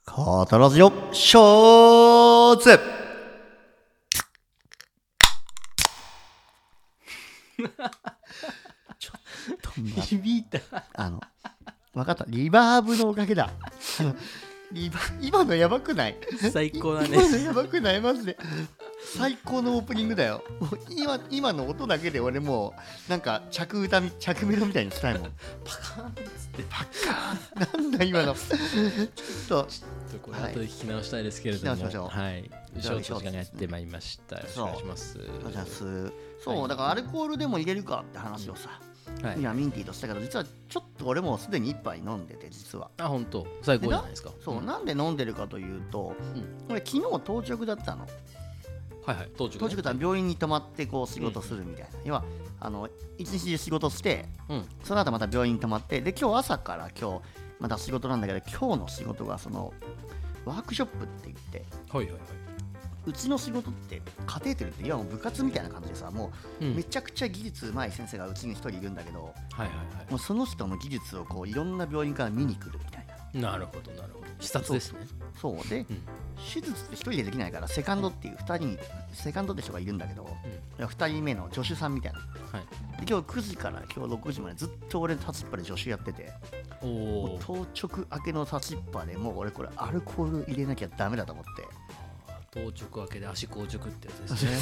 カタラジオショーツちょっと響いた。 分かった。リバーブのおかげだ。今のやばくない？ 最高だね。 今のやばくない？マジで最高のオープニングだよ。もう今の音だけで俺もうなんか着メロみたいにしたいもん。 パカーンっつってパカーンなんだ今の。ちょっとこれ後で聞き直したいですけれども、 聞き直しましょう。 はい。ショーツ時間がやってまいりました。よろしくお願いします。 そうだからアルコールでも入れるかって話をさ、今ミンティーとしたけど、実はちょっと俺もすでに一杯飲んでて、実は。 あ、本当。最高じゃないですか。 そう、なんで飲んでるかというと、俺昨日当直だったの。 はいはい。当直だ病院に泊まってこう仕事するみたいな。要は一日中仕事して、その後また病院に泊まって、で今日朝からまた仕事なんだけど、今日の仕事がそのワークショップって言って、うちの仕事ってカテーテルっていわば部活みたいな感じでさ、もうめちゃくちゃ技術うまい先生がうちに一人いるんだけど、もうその人の技術をこういろんな病院から見に来るみたいな。 なるほどなるほど。視察ですね。 そうで、手術って一人でできないからセカンドっていうセカンドって人がいるんだけど、2人目の助手さんみたいな。で今日9時から今日6時までずっと俺の立ちっぱで助手やってて、もう当直明けの立ちっぱでもう俺これアルコール入れなきゃダメだと思って。 当直明けで足硬直ってやつですね。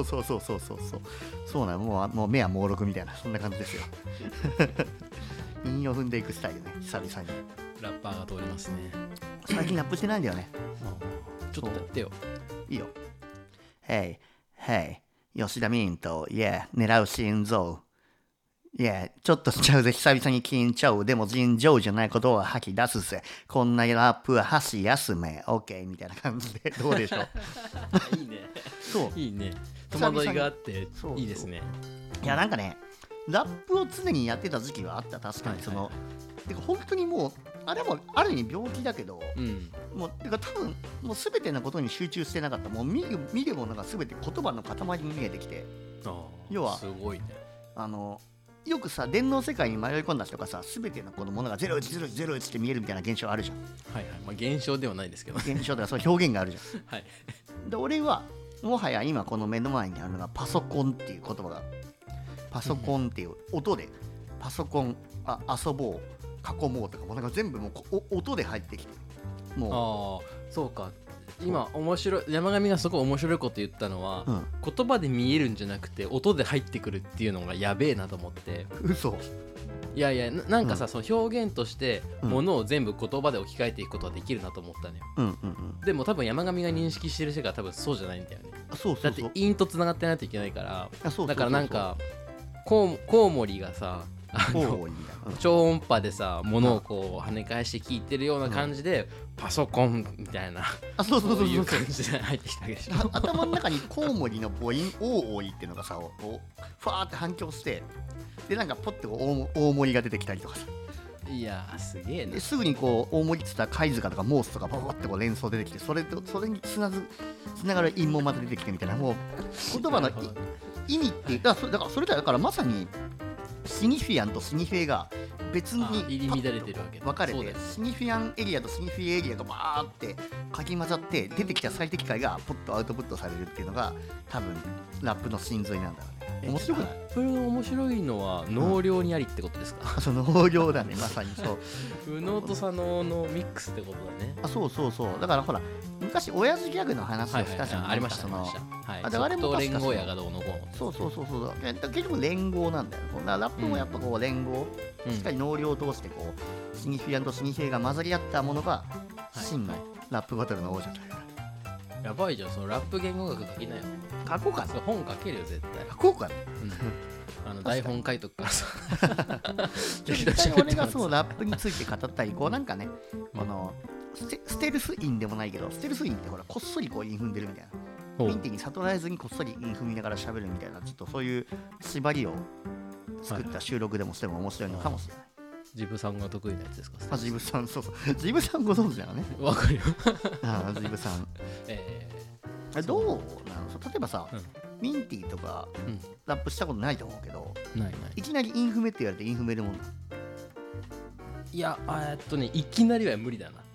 そうなの。もう目は猛録みたいな、そんな感じですよ。韻を踏んでいくスタイルね、久々に。 ラッパーが通りますね。 最近ラップしてないんだよね。 ちょっとやってよ。 いいよ。Hey,吉田ミント、狙う心臓。ちょっとしちゃうぜ、久々に緊張。でも尋常じゃないことを吐き出すぜ。こんなラップは箸休め。OK みたいな感じで、どうでしょう。 いいね。 そう。 いいね。戸惑いがあっていいですね。 いや、なんかね、ラップを常にやってた時期はあった、確かに。てか本当にもう、あれもある意味病気だけど、もうてか多分もう全てのことに集中してなかった。もう見るものが全て言葉の塊に見えてきて、要はすごいね。 よくさ、電脳世界に迷い込んだ人がさ、全てのこのものが0101って見えるみたいな現象あるじゃん。 まあ現象ではないですけど。 現象とかそういう表現があるじゃん。で、俺はもはや今この目の前にあるのがパソコンっていう言葉が、パソコンっていう音で、パソコン、遊ぼう、囲もうとかもなんか全部もう音で入ってきて、 もうそうか。今面白い、山上がすごい面白いこと言ったのは、言葉で見えるんじゃなくて音で入ってくるっていうのがやべえなと思って。 嘘。 いやなんかさ、その表現としてものを全部言葉で置き換えていくことはできるなと思ったのよ。でも多分山上が認識してる世界は多分そうじゃないんだよね。だって韻とつながってないといけないから、だからなんかコウモリがさ、超音波でさ、物をこう跳ね返して聞いてるような感じで、パソコンみたいな、そういう感じで入ってきたわけでしょ。 頭の中にコウモリの母音オーイっていうのがさ、ファーって反響して、でなんかポッて大盛りが出てきたりとかさ。 いやー、すげえな。 ですぐにこう大盛りって言ったら貝塚とかモースとかババってこう連想出てきて、それにつながる韻もまた出てきてみたいな、もう言葉の意味ってだからまさにシニフィアンとシニフェが別に入り乱れてるわけ分かれて、シニフィアンエリアとシニフィエリアがバーってかき混ざって出てきた最適解がポッとアウトプットされるっていうのが多分ラップの真髄なんだろうね。面白くない？ ラップの面白いのは能量にありってことですか？ その能量だね、まさにそう。 右脳と左脳のミックスってことだね。 そうだからほら、昔親父ギャグの話をしたじゃん。 ありました。 あれも連合やがどうのこうの。そう結局連合なんだよ。ラップもやっぱこう連合、しっかり能量を通してこうシニフィアンとシニフェが混ざり合ったものが真のラップバトルの王者というか。 やばいじゃん、そのラップ言語学書きなよ。 書こうかな。 本書けるよ絶対。 書こうかな。 台本書いとくからさ。 俺がそうラップについて語ったり、こうなんかね、ステルスインでもないけど、ステルスインってほらこっそりこうイン踏んでるみたいな。ミンティに悟られずにこっそりイン踏みながら喋るみたいな、ちょっとそういう縛りを作った収録でもしても面白いのかもしれない。 ジブさんが得意なやつですか？ ジブさん、ジブさんご存知だよね。 わかるよ。 ジブさん。どうなの？例えばさ、ミンティとかラップしたことないと思うけど、いきなりインフメって言われてインフメるもん。 いや、いきなりは無理だな。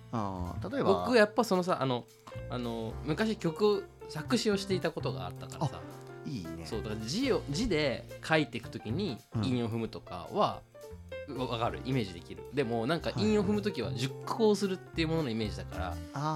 例えば僕やっぱそのさ昔曲作詞をしていたことがあったからさ、 いいね。 そうだから字で書いていくときに韻を踏むとかは分かる、イメージできる。でもなんか韻を踏むときは熟考するっていうもののイメージだから、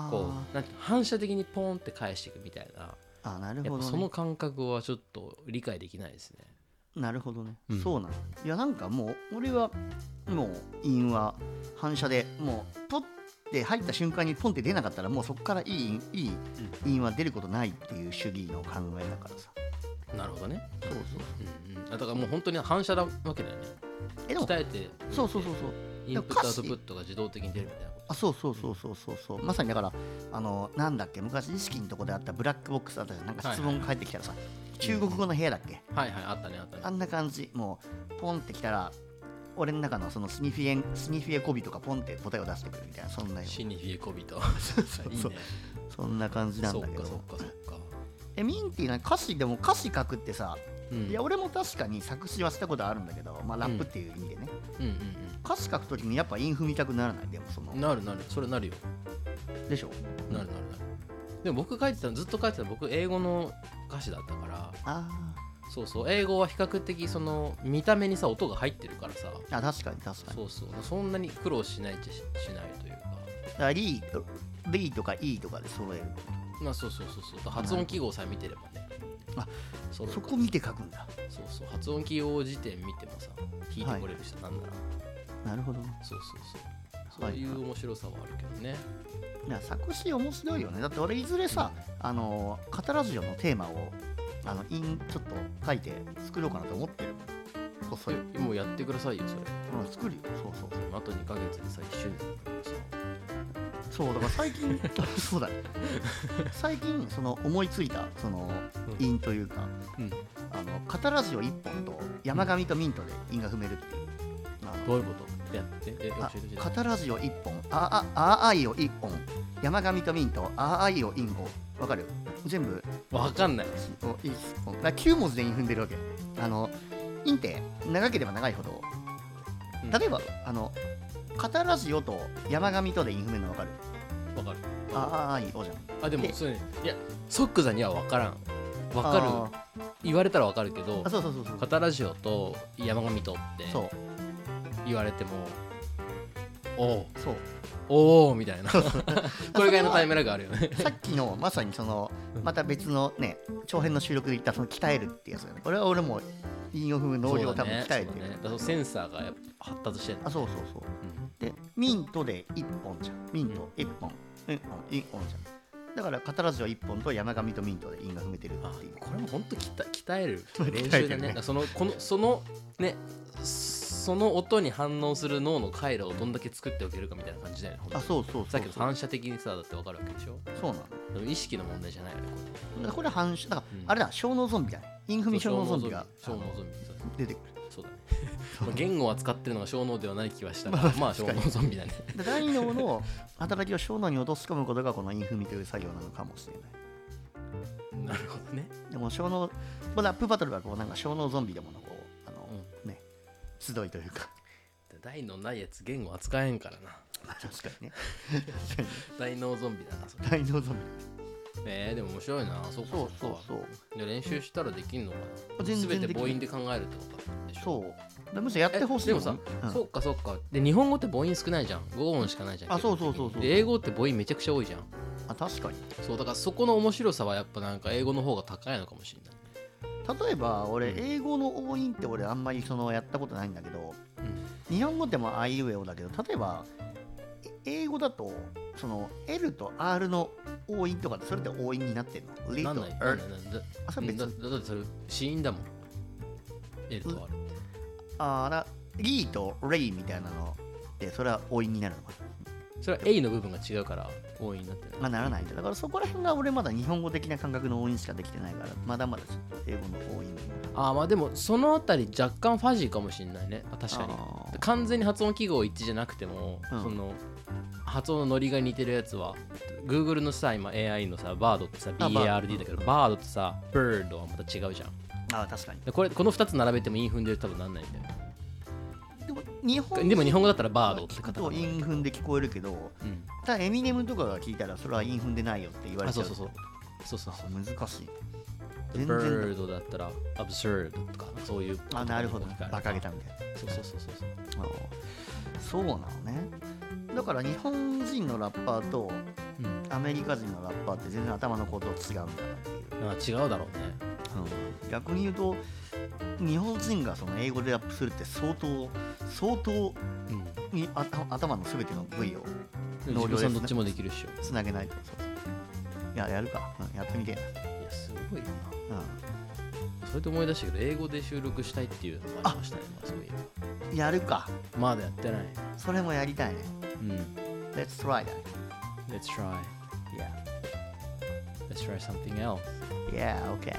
こうなんて反射的にポンって返していくみたいな。 なるほど、ね、 その感覚はちょっと理解できないですね。 なるほどね、そうなの。いやなんかもう俺はもう韻は反射でもうポッて入った瞬間にポンって出なかったらもうそこからいい韻は出ることないっていう主義の考えだからさ。 なるほどね。 そうそうそう、だからもう本当に反射なわけだよね。鍛えてそうインプットアウトプットが自動的に出るみたいなこと。 そうまさにだからなんだっけ昔意識のとこであったブラックボックスあったじゃん。なんか質問返ってきたらさ、中国語の部屋だっけ、 あったね。 あんな感じ。もうポンってきたら俺の中のそのスニフィエコビとかポンって答えを出してくるみたいな、そんなよ。 シニフィエコビといいね。そんな感じなんだけど。 そっかミンティーな歌詞でも歌詞書くってさ、いや俺も確かに作詞はしたことあるんだけど、ラップっていう意味でね、歌詞書くときにやっぱ韻踏みたくならない？でもなるそれなるよ。 でしょ。 なるでも僕ずっと書いてた僕英語の歌詞だったから。そう英語は比較的その見た目にさ音が入ってるからさ。 確かにそんなに苦労しないというか。 だからリーとか E とかで揃える。 そう発音記号さえ見てればね。 そこ見て書くんだ。 そう発音記号辞典見てもさ聞いてこれる人なんだな。なるほどね。 そういう面白さはあるけどね。 いや作詞面白いよね。だって俺いずれさカタラジオのテーマを韻ちょっと書いて作ろうかなと思ってるもん。 もうやってくださいよそれ。 作るよ。そうあと2ヶ月でさ1周年だからさ。 そうだから最近そうだね。最近その思いついたその韻というか、カタラジオ1本と山上とミントで韻が踏めるっていう。 どういうことやって教えて。 カタラジオ1本あいを1本山上とミントあいを韻をわかる？全部わかんない。 9文字で韻踏んでるわけ。韻って長ければ長いほど、例えばカタラジオと山上とで韻踏めるのわかる？ わかる。 あいおじゃん。 でもそれいや即座にはわからん。わかる。言われたらわかるけど、カタラジオと山上とって言われてもおおみたいなこれぐらいのタイムラグあるよね。 さっきのまさにそのまた別のね長編の収録で言ったその鍛えるってやつだね。これは俺も韻を踏む能力を多分鍛えてる。 だからセンサーがやっぱ発達してる。 そうでミントで1本じゃん。ミント1本1本じゃん。だからカタラジオ1本と山上とミントで韻が踏めてるっていう。 これも本当鍛える練習だね。その音に反応する脳の回路をどんだけ作っておけるかみたいな感じだよね。 そうさっきの反射的にさだって分かるわけでしょ。 そうなの。 意識の問題じゃないよねこれは反射だから、あれだ小脳ゾンビだね。韻踏み小脳ゾンビが出てくる。 そうだね。言語を扱ってるのが小脳ではない気はしたが、小脳ゾンビだね。 大脳の働きを小脳に落とし込むことがこの韻踏みという作業なのかもしれない。なるほどね。 でも小脳ラップバトルはこうなんか小脳ゾンビでものこう集いというか。 大脳ないやつ言語扱えんからな。 確かにね。 大脳ゾンビだなそれ。 大脳ゾンビ。でも面白いな。そうで練習したらできんのかな。全て母音で考えるってことでしょ。 そうむしろやってほしい。 でもさ、そうかで日本語って母音少ないじゃん。5音しかないじゃん。 そうで英語って母音めちゃくちゃ多いじゃん。 確かに。 そうだからそこの面白さはやっぱなんか英語の方が高いのかもしれない。 例えば俺英語の応音って俺あんまりやったことないんだけど、日本語でもあいうえおだけど、例えば英語だとその L と R の応音とかってそれで応音になってんの？ なんない。だってそれ子音だもん。L と R。リーとレイみたいなのってそれは応音になるのかな？ それは A の部分が違うから応音になってる。 ならないんだ。だからそこら辺が俺まだ日本語的な感覚の応音しかできてないから、まだまだちょっと英語の応音。 でもそのあたり若干ファジーかもしれないね。確かに。完全に発音記号一致じゃなくても、その発音のノリが似てるやつは Google のさ今 AI のさバードってさ BARD だけどバードとさ Bird はまた違うじゃん。 確かに。 この2つ並べても韻踏んでる多分なんないんだよ。 でも日本語だったらバードって方と韻踏んで聞こえるけど、 ただエミネムとかが聞いたらそれは韻踏んでないよって言われちゃう。 そう難しい。 全然 bird だったら absurd とかそういう。 なるほど、馬鹿げたみたいな。そうなのね。だから日本人のラッパーとアメリカ人のラッパーって全然頭のこと違うんだなっていう。 違うだろうね。 逆に言うと日本人がその英語でラップするって相当に頭の全ての部位を能力でどっちもできるっしょ。 つなげないと。やるか、やってみて。いやすごいよな。それで思い出したけど英語で収録したいっていうのもありましたね。そういうやるか。 まだやってない。 それもやりたいね。Let's try that. Let's try. Yeah. Let's try something else. Yeah, okay.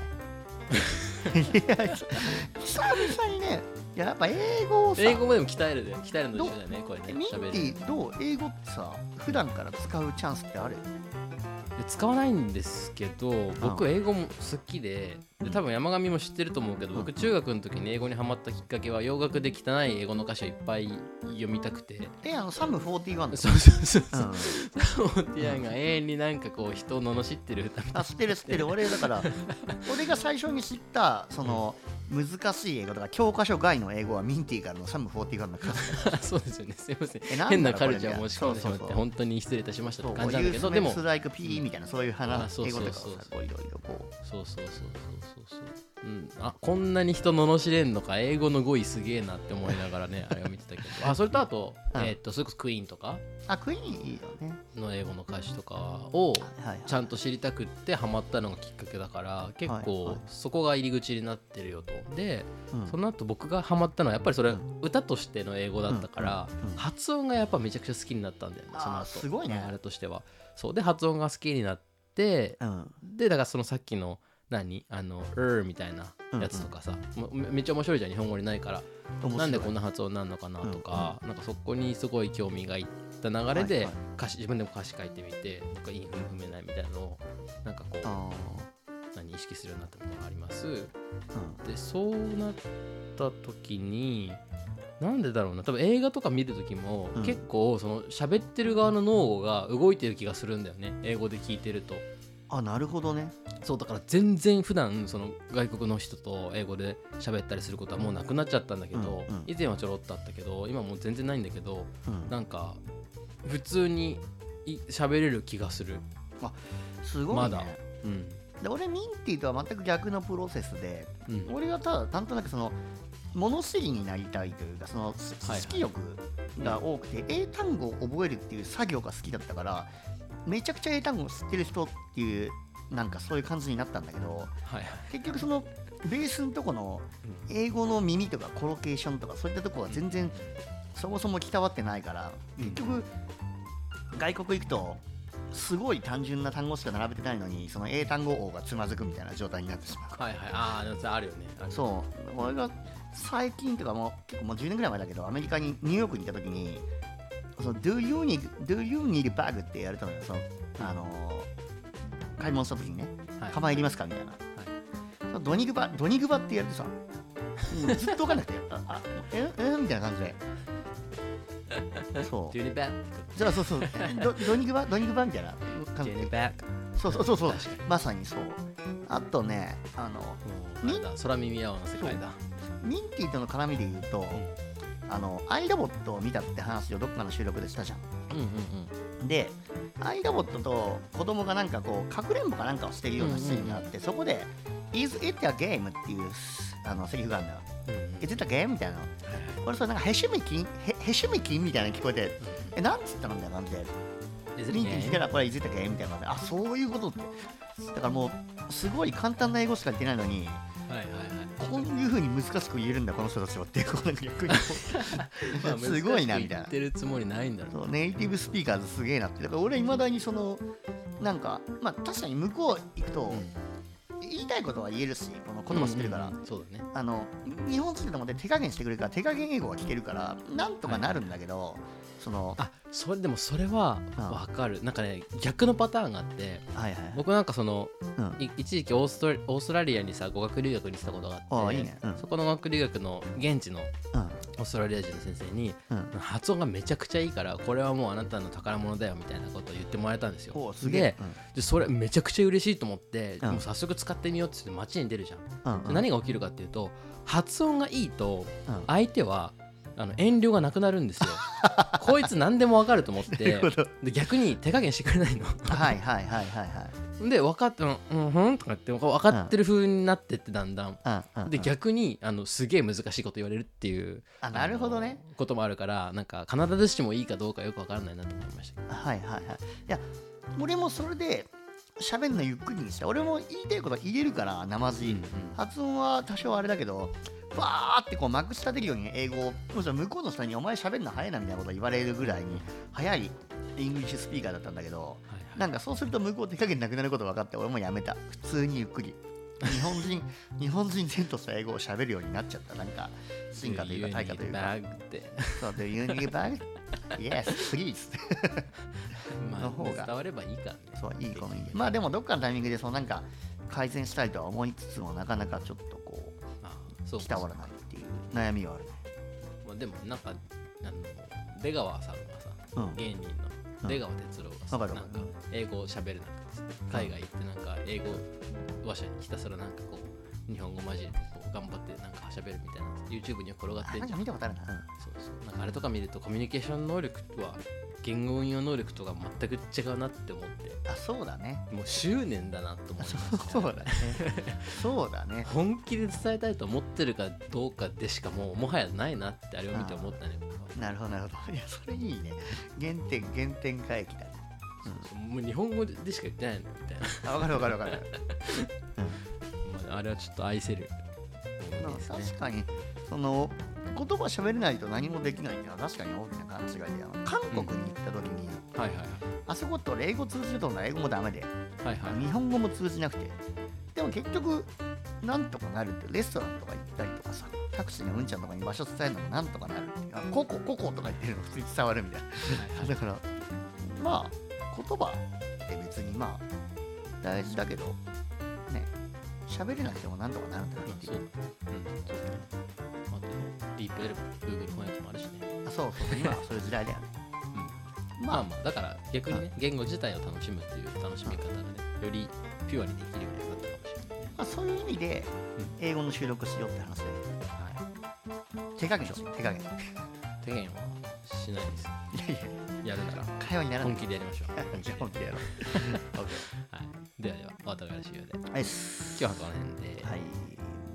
久々にね、やっぱ英語をさ、 英語もでも鍛えるの一緒だよね、これね。 ミンティどう英語ってさ、普段から使うチャンスってある？ 使わないんですけど、僕英語も好きで、多分山上も知ってると思うけど、僕中学の時に英語にハマったきっかけは洋楽で汚い英語の歌詞をいっぱい読みたくて。 サム41。 そうサム41が永遠になんかこう人を罵ってる歌。 知ってる。俺だから俺が最初に知ったその難しい英語とか教科書外の英語はミンティからのサム41の歌詞。 そうですよね。すいません。変なカルチャーを申し込んでしまって本当に失礼いたしましたって感じなんだけど、でも like P みたいなそういう話英語とかをさ、いろいろこう。 そう。こんなに人罵れんのか、英語の語彙すげえなって思いながらね、あれを見てたけど。それとあと、それこそクイーンとか。 クイーンいいよね。 の英語の歌詞とかをちゃんと知りたくってハマったのがきっかけだから、結構そこが入り口になってるよと。で、その後僕がハマったのはやっぱりそれ歌としての英語だったから、発音がやっぱめちゃくちゃ好きになったんだよね。その後すごいね。 あれとしては。そうで発音が好きになって、でだからそのさっきのみたいなやつとかさ、めっちゃ面白いじゃん、日本語にないから。なんでこんな発音なんのかなとか、なんかそこにすごい興味がいった流れで自分でも歌詞書いてみて、なんか韻踏めないみたいなのをなんかこう意識するようになったことがあります。でそうなった時になんでだろうな、多分映画とか見る時も結構その喋ってる側の脳が動いてる気がするんだよね、英語で聞いてると。 なるほどね。 そうだから全然普段その外国の人と英語で喋ったりすることはもうなくなっちゃったんだけど、以前はちょろっとあったけど今もう全然ないんだけど、なんか普通に喋れる気がする。 すごいね。 まだ。 で俺ミンティとは全く逆のプロセスで、俺はただなんとなくその物知りになりたいというか、その知識欲が多くて、英単語を覚えるっていう作業が好きだったから、めちゃくちゃ英単語を知ってる人っていうなんかそういう感じになったんだけど、結局そのベースのとこの英語の耳とかコロケーションとかそういったところは全然そもそも伝わってないから、結局外国行くとすごい単純な単語しか並べてないのに、その英単語王がつまずくみたいな状態になってしまう。 あるよね。 そう俺が最近とか結構もう10年ぐらい前だけど、アメリカにニューヨークに行った時にその Do you need bag ってやると思うよ。その買い物した時にね、カバンいりますかみたいな、ドニグバってやるとさ、ずっと分かんなくてみたいな感じでそうドニグバみたいな感じで、そうまさにそう。あとね空耳アワーの世界だ。 ミンティとの絡みで言うと、アイロボットを見たって話をどっかの収録でしたじゃん。でアイロボットと子供がなんかこうかくれんぼかなんかをしてるようなシーンがあって、そこで Is it a game? っていうセリフがあるんだよ。Is it a game? みたいな。俺それなんかへしゅみきんみたいなの聞こえて、なんつったのみたいな感じで、ミンティに聞いたらこれ Is it a game? みたいな感じで、そういうことって。だからもうすごい簡単な英語しか言ってないのに、こういう風に難しく言えるんだこの人たちはっていう、なんか逆にすごいなみたいな。 言ってるつもりないんだろう。 そうネイティブスピーカーズすげえなって。だから俺はいまだにそのなんか確かに向こう行くと言いたいことは言えるし、この言葉知ってるから、 そうだね。 日本人でも手加減してくれるから手加減英語は聞けるからなんとかなるんだけど、 それは分かる。なんかね逆のパターンがあって、僕なんかその、一時期オーストラリアにさ語学留学にしたことがあって、そこの語学留学の現地のオーストラリア人の先生に、発音がめちゃくちゃいいからこれはもうあなたの宝物だよみたいなことを言ってもらえたんですよ。でそれめちゃくちゃ嬉しいと思って、もう早速使ってみようって言って街に出るじゃん。何が起きるかっていうと、発音がいいと相手は遠慮がなくなるんですよ。こいつ何でも分かると思ってで逆に手加減してくれないの。 はいはいはいはいはい。 で分かってとか言って分かってる風になってってだんだん、で逆にすげえ難しいこと言われるっていうなるほどねこともあるから、なんか必ずしもいいかどうかよく分からないなと思いました。 はいはいはい。いや俺もそれで喋るのゆっくりにして、俺も言いたいこと言えるからなまじ、発音は多少あれだけどバーってこうまくし立てるように英語を、もちろん向こうの人にお前喋るの早いなみたいなこと言われるぐらいに早いイングリッシュスピーカーだったんだけど、なんかそうすると向こう手加減なくなること分かって俺もやめた。普通にゆっくり日本人前とした英語を喋るようになっちゃった。なんか進化というか対価というか、そうで You need a bag? Yes, please の方が伝わればいいからね。 そういいコミュニティ。まあでもどっかのタイミングでそのなんか改善したいとは思いつつもなかなかちょっとこう伝わらないっていう悩みはあるね。 まあでもなんか出川さんがさ、芸人の出川哲朗がさ、なんか英語を喋るなんか海外行ってなんか英語話者にひたすらなんかこう日本語混じりでこう頑張ってなんか喋るみたいな YouTube には転がってるじゃん。 なんか見たことあるな。 そうそう。なんかあれとか見るとコミュニケーション能力は言語運用能力とか全く違うなって思って。 そうだね。 もう執念だなと思いました、ね。 そうだね。そうだね。 本気で伝えたいと思ってるかどうかでしかもはやないなってあれを見て思ったね。 なるほどなるほど。いやそれいいね。原点回帰だね。 もう日本語でしか言ってないのみたいな。 わかるわかるわかる。 あれはちょっと愛せる。 確かにその言葉喋れないと何もできないっていうのは確かに大きな勘違いで、韓国に行った時に、あそこって俺英語通じると英語もダメで、日本語も通じなくて、でも結局なんとかなるって、レストランとか行ったりとかさ、タクシーのうんちゃんとかに場所伝えるのもなんとかなるっていう、ココとか言ってるの普通に伝わるみたいな。だからまあ言葉って別にまあ大事だけどね、喋れなくてもなんとかなるんだなっていう。 ディープ L、Google 翻訳もあるしね。 そう今はそういう時代だよね。 まあだから逆にね、言語自体を楽しむっていう楽しみ方がね、よりピュアにできるようになったかもしれない。 そういう意味で英語の収録しようって話で、手加減しよう。手加減はしないです。やるなら会話にならない。 本気でやりましょう。 じゃあ本気でやろう。 ではお互い終了で。 今日はこの辺で。